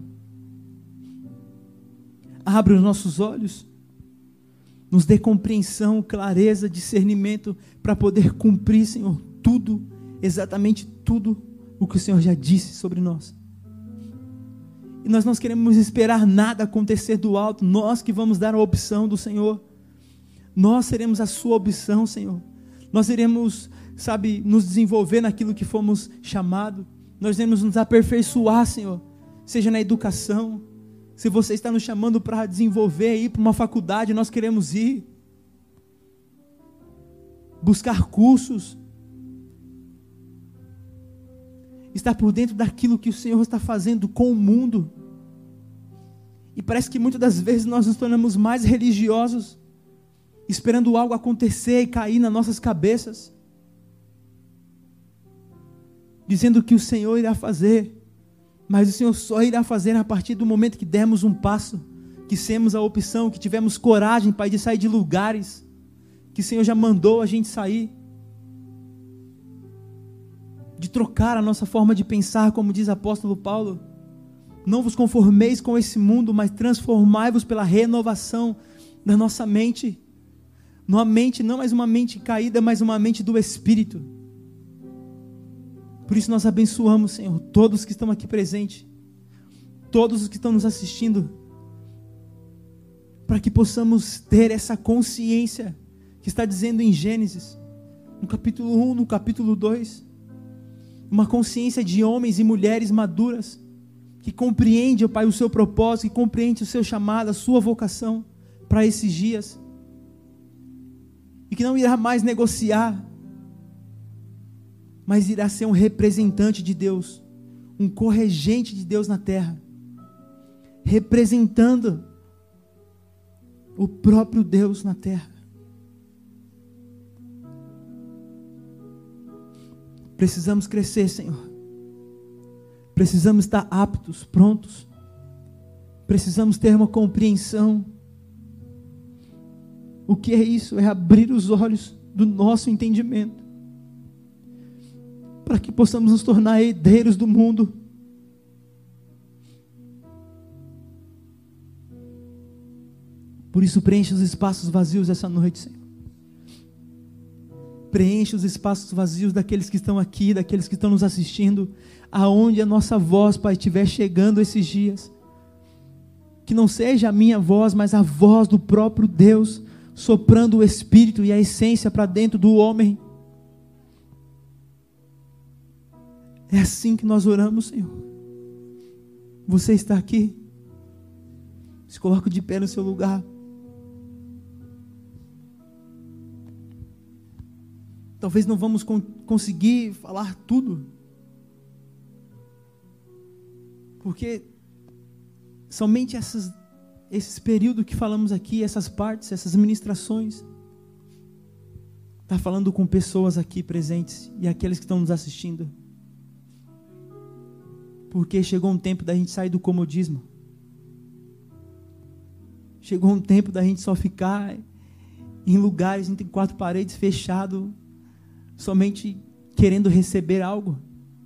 Abre os nossos olhos, nos dê compreensão, clareza, discernimento para poder cumprir, Senhor, tudo, exatamente tudo o que o Senhor já disse sobre nós. E nós não queremos esperar nada acontecer do alto, nós que vamos dar a opção do Senhor. Nós seremos a sua opção, Senhor. Nós iremos, sabe, nos desenvolver naquilo que fomos chamados. Nós iremos nos aperfeiçoar, Senhor. Seja na educação. Se você está nos chamando para desenvolver, ir para uma faculdade, nós queremos ir. Buscar cursos. Estar por dentro daquilo que o Senhor está fazendo com o mundo. E parece que muitas das vezes nós nos tornamos mais religiosos, esperando algo acontecer e cair nas nossas cabeças, dizendo que o Senhor irá fazer, mas o Senhor só irá fazer a partir do momento que dermos um passo, que temos a opção, que tivemos coragem, Pai, de sair de lugares que o Senhor já mandou a gente sair, de trocar a nossa forma de pensar, como diz o apóstolo Paulo. Não vos conformeis com esse mundo, mas transformai-vos pela renovação da nossa mente. Uma mente, não mais uma mente caída, mas uma mente do Espírito. Por isso nós abençoamos, Senhor, todos que estão aqui presentes, todos os que estão nos assistindo, para que possamos ter essa consciência que está dizendo em Gênesis, no capítulo um, no capítulo dois, uma consciência de homens e mulheres maduras, que compreende, ó Pai, o seu propósito, que compreende o seu chamado, a sua vocação para esses dias, e que não irá mais negociar, mas irá ser um representante de Deus, um corregente de Deus na terra, representando o próprio Deus na terra. Precisamos crescer, Senhor. Precisamos estar aptos, prontos. Precisamos ter uma compreensão. O que é isso? É abrir os olhos do nosso entendimento, para que possamos nos tornar herdeiros do mundo. Por isso, preenche os espaços vazios essa noite, Senhor. Preenche os espaços vazios daqueles que estão aqui, daqueles que estão nos assistindo, aonde a nossa voz, Pai, estiver chegando esses dias. Que não seja a minha voz, mas a voz do próprio Deus, soprando o Espírito e a essência para dentro do homem. É assim que nós oramos, Senhor. Você está aqui, se coloca de pé no seu lugar. Talvez não vamos con- conseguir falar tudo, porque somente essas, esses períodos que falamos aqui, essas partes, essas ministrações, está falando com pessoas aqui presentes e aqueles que estão nos assistindo, porque chegou um tempo da gente sair do comodismo, chegou um tempo da gente só ficar em lugares entre quatro paredes, fechado, somente querendo receber algo.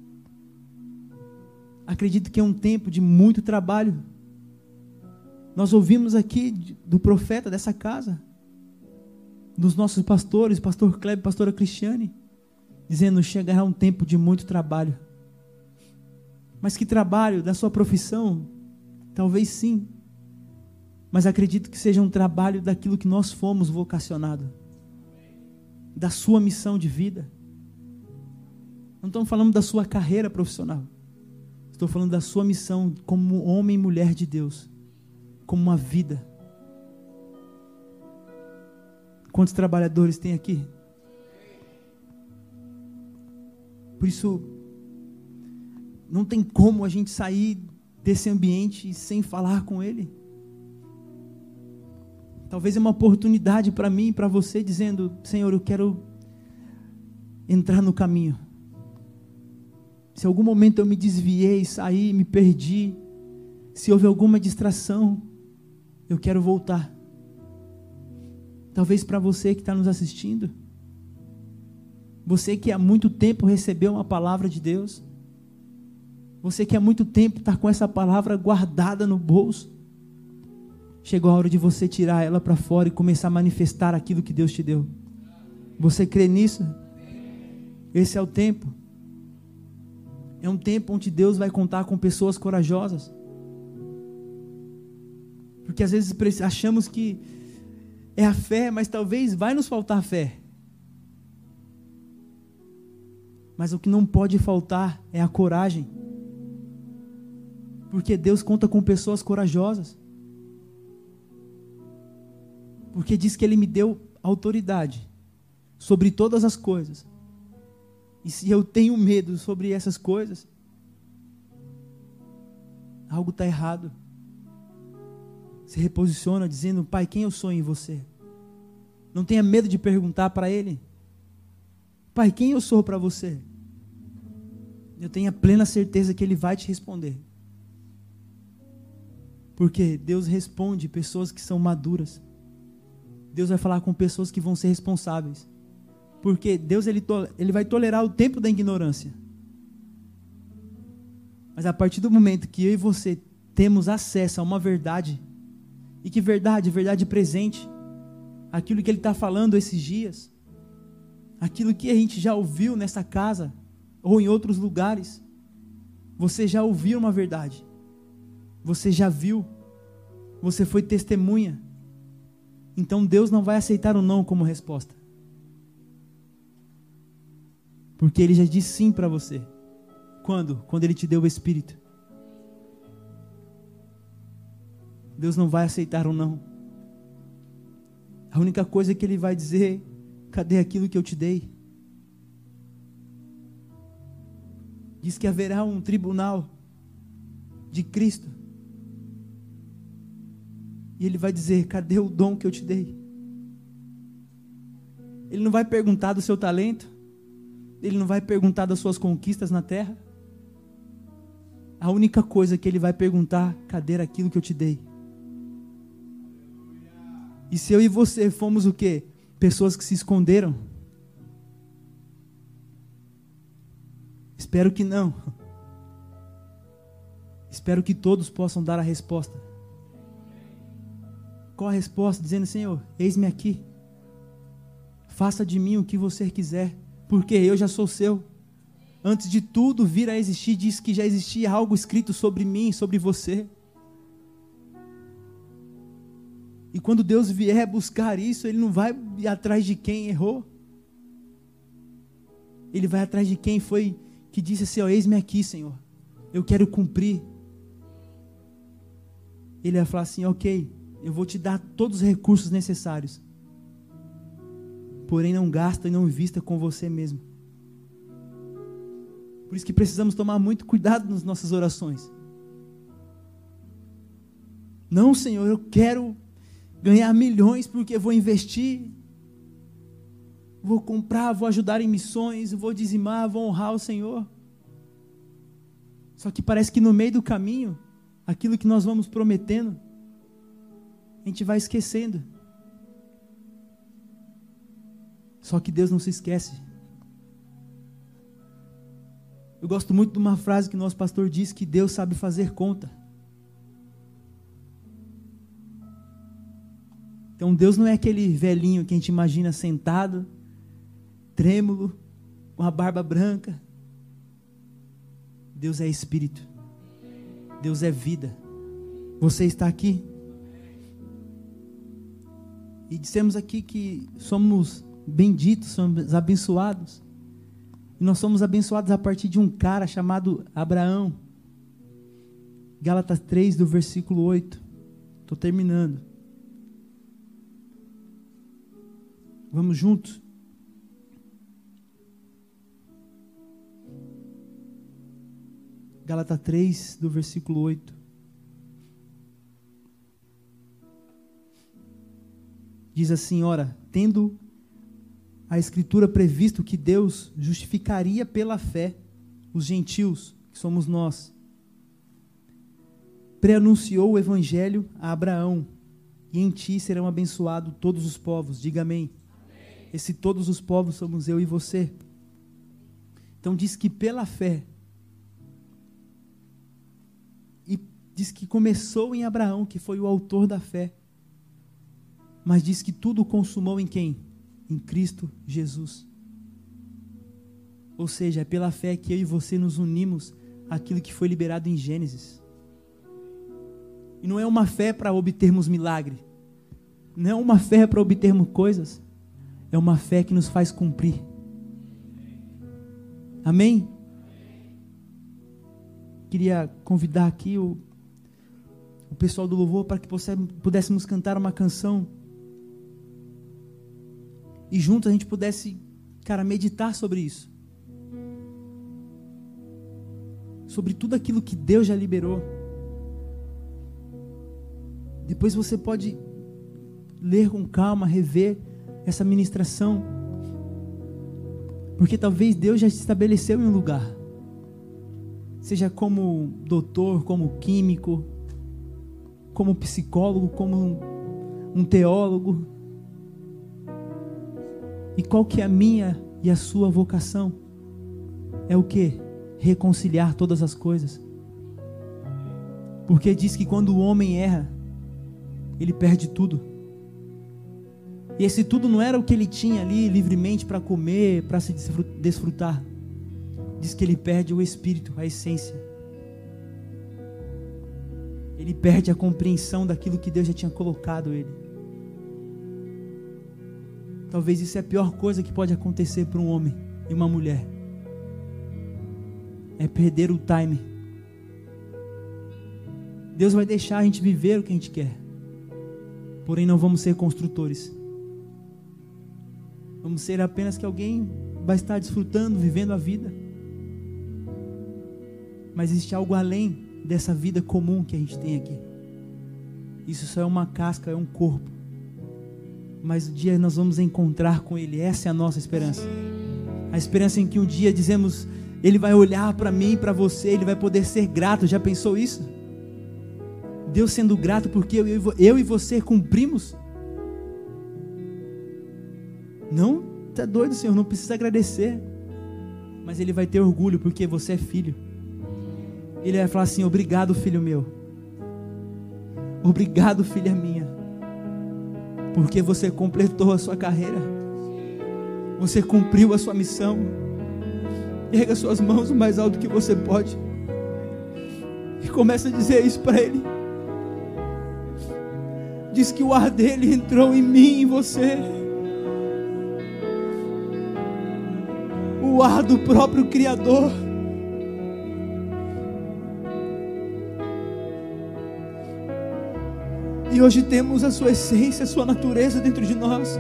Acredito que é um tempo de muito trabalho. Nós ouvimos aqui do profeta dessa casa, dos nossos pastores, pastor Kleber, pastora Cristiane, dizendo: chegará um tempo de muito trabalho. Mas que trabalho? Da sua profissão? Talvez sim, mas acredito que seja um trabalho daquilo que nós fomos vocacionados, da sua missão de vida. Não estamos falando da sua carreira profissional, estou falando da sua missão como homem e mulher de Deus, como uma vida. Quantos trabalhadores tem aqui? Por isso, não tem como a gente sair desse ambiente sem falar com Ele. Talvez é uma oportunidade para mim e para você, dizendo: Senhor, eu quero entrar no caminho. Se em algum momento eu me desviei, saí, me perdi, se houve alguma distração, eu quero voltar. Talvez para você que está nos assistindo, você que há muito tempo recebeu uma palavra de Deus, você que há muito tempo está com essa palavra guardada no bolso, chegou a hora de você tirar ela para fora e começar a manifestar aquilo que Deus te deu. Você crê nisso? Esse é o tempo. É um tempo onde Deus vai contar com pessoas corajosas. Porque às vezes achamos que é a fé, mas talvez vai nos faltar fé. Mas o que não pode faltar é a coragem. Porque Deus conta com pessoas corajosas. Porque diz que Ele me deu autoridade sobre todas as coisas. E se eu tenho medo sobre essas coisas, algo está errado. Se reposiciona dizendo: Pai, quem eu sou em você? Não tenha medo de perguntar para Ele: Pai, quem eu sou para você? Eu tenho a plena certeza que Ele vai te responder. Porque Deus responde pessoas que são maduras. Deus vai falar com pessoas que vão ser responsáveis. Porque Deus ele, ele vai tolerar o tempo da ignorância. Mas a partir do momento que eu e você temos acesso a uma verdade, e que verdade, verdade presente, aquilo que Ele está falando esses dias, aquilo que a gente já ouviu nessa casa, ou em outros lugares, você já ouviu uma verdade, você já viu, você foi testemunha. Então Deus não vai aceitar o não como resposta, porque Ele já disse sim para você. Quando? Quando Ele te deu o Espírito. Deus não vai aceitar o não. A única coisa que Ele vai dizer: cadê aquilo que eu te dei? Diz que haverá um tribunal de Cristo. E Ele vai dizer: cadê o dom que eu te dei? Ele não vai perguntar do seu talento. Ele não vai perguntar das suas conquistas na terra. A única coisa que Ele vai perguntar: cadê aquilo que eu te dei? E se eu e você fomos o quê? Pessoas que se esconderam? Espero que não. Espero que todos possam dar a resposta. Qual a resposta? Dizendo: Senhor, eis-me aqui. Faça de mim o que você quiser, porque eu já sou seu. Antes de tudo vir a existir, diz que já existia algo escrito sobre mim, sobre você. E quando Deus vier buscar isso, Ele não vai ir atrás de quem errou. Ele vai atrás de quem foi, que disse assim: ó, eis-me aqui, Senhor, eu quero cumprir. Ele vai falar assim: ok, eu vou te dar todos os recursos necessários, porém não gasta e não invista com você mesmo. Por isso que precisamos tomar muito cuidado nas nossas orações. Não, Senhor, eu quero ganhar milhões porque vou investir, vou comprar, vou ajudar em missões, vou dizimar, vou honrar o Senhor. Só que parece que no meio do caminho, aquilo que nós vamos prometendo, a gente vai esquecendo. Só que Deus não se esquece. Eu gosto muito de uma frase que nosso pastor disse, que Deus sabe fazer conta. Então Deus não é aquele velhinho que a gente imagina sentado, trêmulo, com a barba branca. Deus é Espírito. Deus é vida. Você está aqui. E dissemos aqui que somos benditos, somos abençoados. E nós somos abençoados a partir de um cara chamado Abraão. Gálatas três, do versículo oito. Estou terminando. Vamos juntos? Gálatas três, do versículo oito. Diz assim: ora, tendo a Escritura previsto que Deus justificaria pela fé os gentios, que somos nós, preanunciou o evangelho a Abraão, e em ti serão abençoados todos os povos. Diga amém. Amém. Esse todos os povos somos eu e você. Então diz que pela fé, e diz que começou em Abraão, que foi o autor da fé, mas diz que tudo consumou em quem? Em Cristo Jesus. Ou seja, é pela fé que eu e você nos unimos àquilo que foi liberado em Gênesis. E não é uma fé para obtermos milagre, não é uma fé para obtermos coisas, é uma fé que nos faz cumprir. Amém? Queria convidar aqui o, o pessoal do louvor para que pudéssemos cantar uma canção e juntos a gente pudesse, cara, meditar sobre isso, sobre tudo aquilo que Deus já liberou. Depois você pode ler com calma, rever essa ministração, porque talvez Deus já te estabeleceu em um lugar, seja como doutor, como químico, como psicólogo, como um, um teólogo. E qual que é a minha e a sua vocação? É o quê? Reconciliar todas as coisas. Porque diz que quando o homem erra, ele perde tudo. E esse tudo não era o que ele tinha ali livremente para comer, para se desfrutar. Diz que ele perde o espírito, a essência. Ele perde a compreensão daquilo que Deus já tinha colocado ele. Talvez isso é a pior coisa que pode acontecer para um homem e uma mulher. É perder o time. Deus vai deixar a gente viver o que a gente quer. Porém não vamos ser construtores. Vamos ser apenas que alguém vai estar desfrutando, vivendo a vida. Mas existe algo além dessa vida comum que a gente tem aqui. Isso só é uma casca, é um corpo. Mas um dia nós vamos encontrar com Ele. Essa é a nossa esperança. A esperança em que um dia dizemos, Ele vai olhar para mim, para você, Ele vai poder ser grato. Já pensou isso? Deus sendo grato porque eu, eu, eu e você cumprimos? Não, tá doido, Senhor, não precisa agradecer. Mas Ele vai ter orgulho porque você é filho. Ele vai falar assim, obrigado, filho meu. Obrigado, filha minha. Porque você completou a sua carreira. Você cumpriu a sua missão. Erga suas mãos o mais alto que você pode. E começa a dizer isso para Ele. Diz que o ar dele entrou em mim e em você. O ar do próprio Criador. E hoje temos a sua essência, a sua natureza dentro de nós.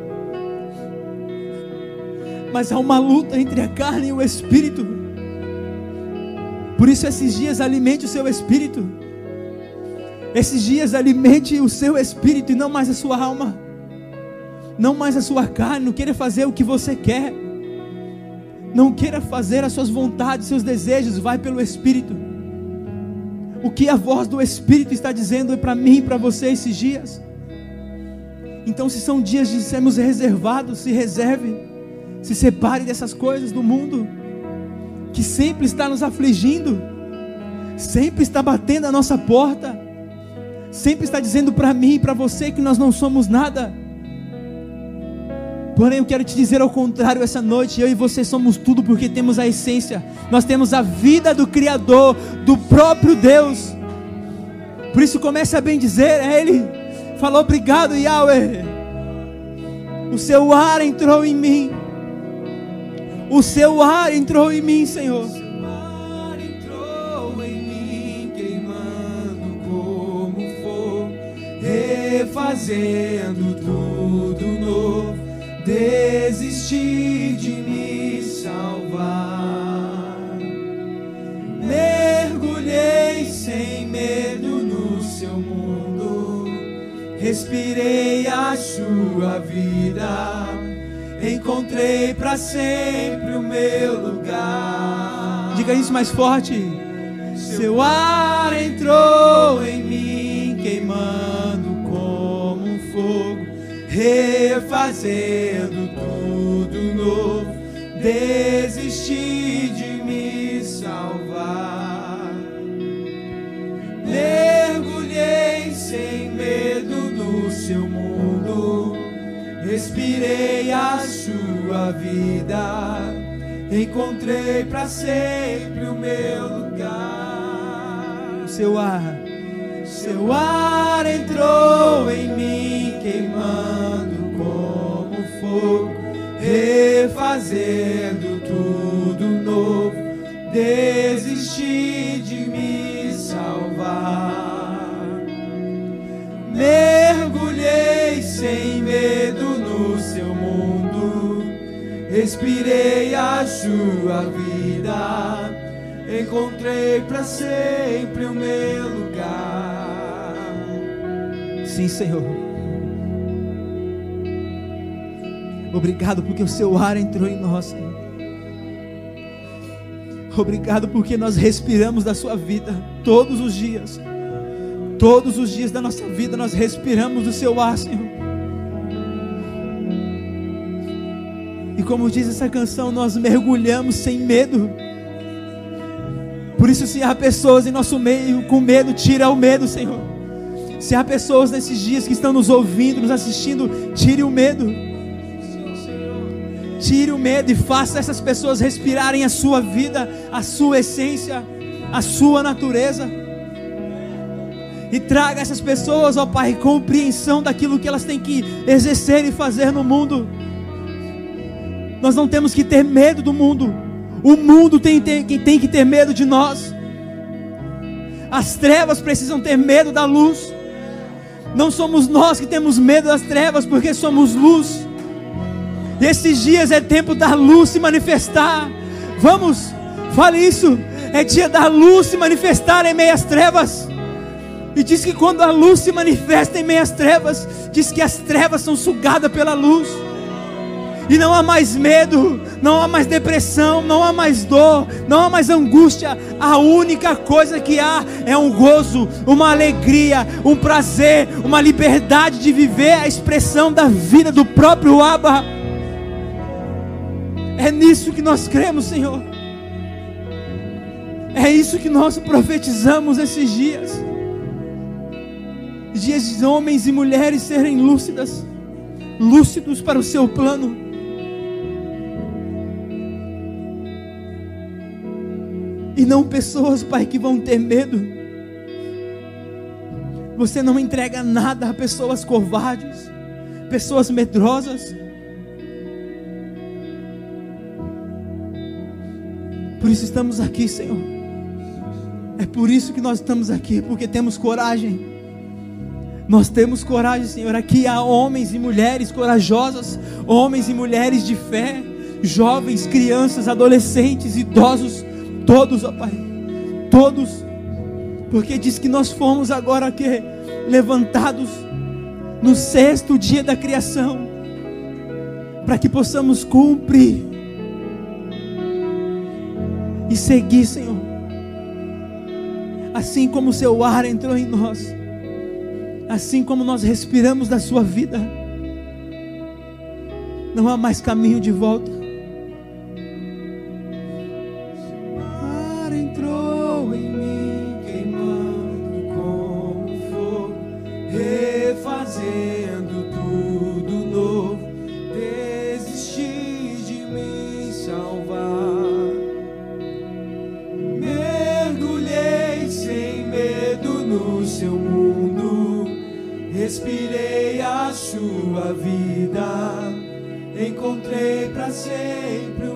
Mas há uma luta entre a carne e o espírito. Por isso esses dias alimente o seu espírito. Esses dias alimente o seu espírito e não mais a sua alma. Não mais a sua carne. Não queira fazer o que você quer. Não queira fazer as suas vontades, seus desejos. Vai pelo espírito. O que a voz do Espírito está dizendo é para mim e para você esses dias. Então se são dias de sermos reservados, se reserve. Se separe dessas coisas do mundo que sempre está nos afligindo, sempre está batendo a nossa porta, sempre está dizendo para mim e para você que nós não somos nada. Porém eu quero te dizer ao contrário essa noite, eu e você somos tudo porque temos a essência, nós temos a vida do Criador, do próprio Deus. Por isso comece a bendizer a Ele. Fala obrigado, Yahweh. O seu ar entrou em mim. O seu ar entrou em mim, Senhor. O seu ar entrou em mim, queimando como fogo, refazendo tudo novo. Desisti de me salvar, mergulhei sem medo no seu mundo, respirei a sua vida, encontrei para sempre o meu lugar. Diga isso mais forte. Seu ar entrou em mim, queimando como um fogo, refazendo tudo novo. Desisti de me salvar. Mergulhei sem medo no seu mundo, respirei a sua vida, encontrei pra sempre o meu lugar. Seu ar, seu ar entrou em mim, queimando como fogo, refazendo tudo novo. Desisti de me salvar. Mergulhei sem medo no seu mundo, respirei a sua vida, encontrei pra sempre o meu lugar. Sim, Senhor. Obrigado porque o seu ar entrou em nós, Senhor. Obrigado porque nós respiramos da sua vida todos os dias. Todos os dias da nossa vida nós respiramos do seu ar, Senhor. E como diz essa canção, nós mergulhamos sem medo. Por isso, se há pessoas em nosso meio com medo, tira o medo, Senhor. Se há pessoas nesses dias que estão nos ouvindo, nos assistindo, tire o medo. Tire o medo e faça essas pessoas respirarem a sua vida, a sua essência, a sua natureza. E traga essas pessoas, ó Pai, compreensão daquilo que elas têm que exercer e fazer no mundo. Nós não temos que ter medo do mundo. O mundo tem, tem, tem que ter medo de nós. As trevas precisam ter medo da luz. Não somos nós que temos medo das trevas, porque somos luz. Esses dias é tempo da luz se manifestar. Vamos, fale isso. É dia da luz se manifestar em meio às trevas. E diz que quando a luz se manifesta em meio às trevas, diz que as trevas são sugadas pela luz. E não há mais medo, não há mais depressão, não há mais dor, não há mais angústia. A única coisa que há é um gozo, uma alegria, um prazer, uma liberdade de viver a expressão da vida do próprio Abba. É nisso que nós cremos, Senhor. É isso que nós profetizamos esses dias. Dias de homens e mulheres serem lúcidas, lúcidos para o seu plano. E não pessoas, Pai, que vão ter medo. Você não entrega nada a pessoas covardes, pessoas medrosas. Por isso estamos aqui, Senhor. É por isso que nós estamos aqui, porque temos coragem. Nós temos coragem, Senhor. Aqui há homens e mulheres corajosas, homens e mulheres de fé, jovens, crianças, adolescentes, idosos, todos, ó Pai, todos, porque diz que nós fomos agora aqui levantados no sexto dia da criação, para que possamos cumprir e seguir, Senhor. Assim como o seu ar entrou em nós, assim como nós respiramos da sua vida, não há mais caminho de volta. Seu ar entrou em mim, queimando como fogo, refazendo tudo novo. Desisti de me salvar. Mergulhei sem medo no seu mundo, respirei a sua vida, encontrei pra sempre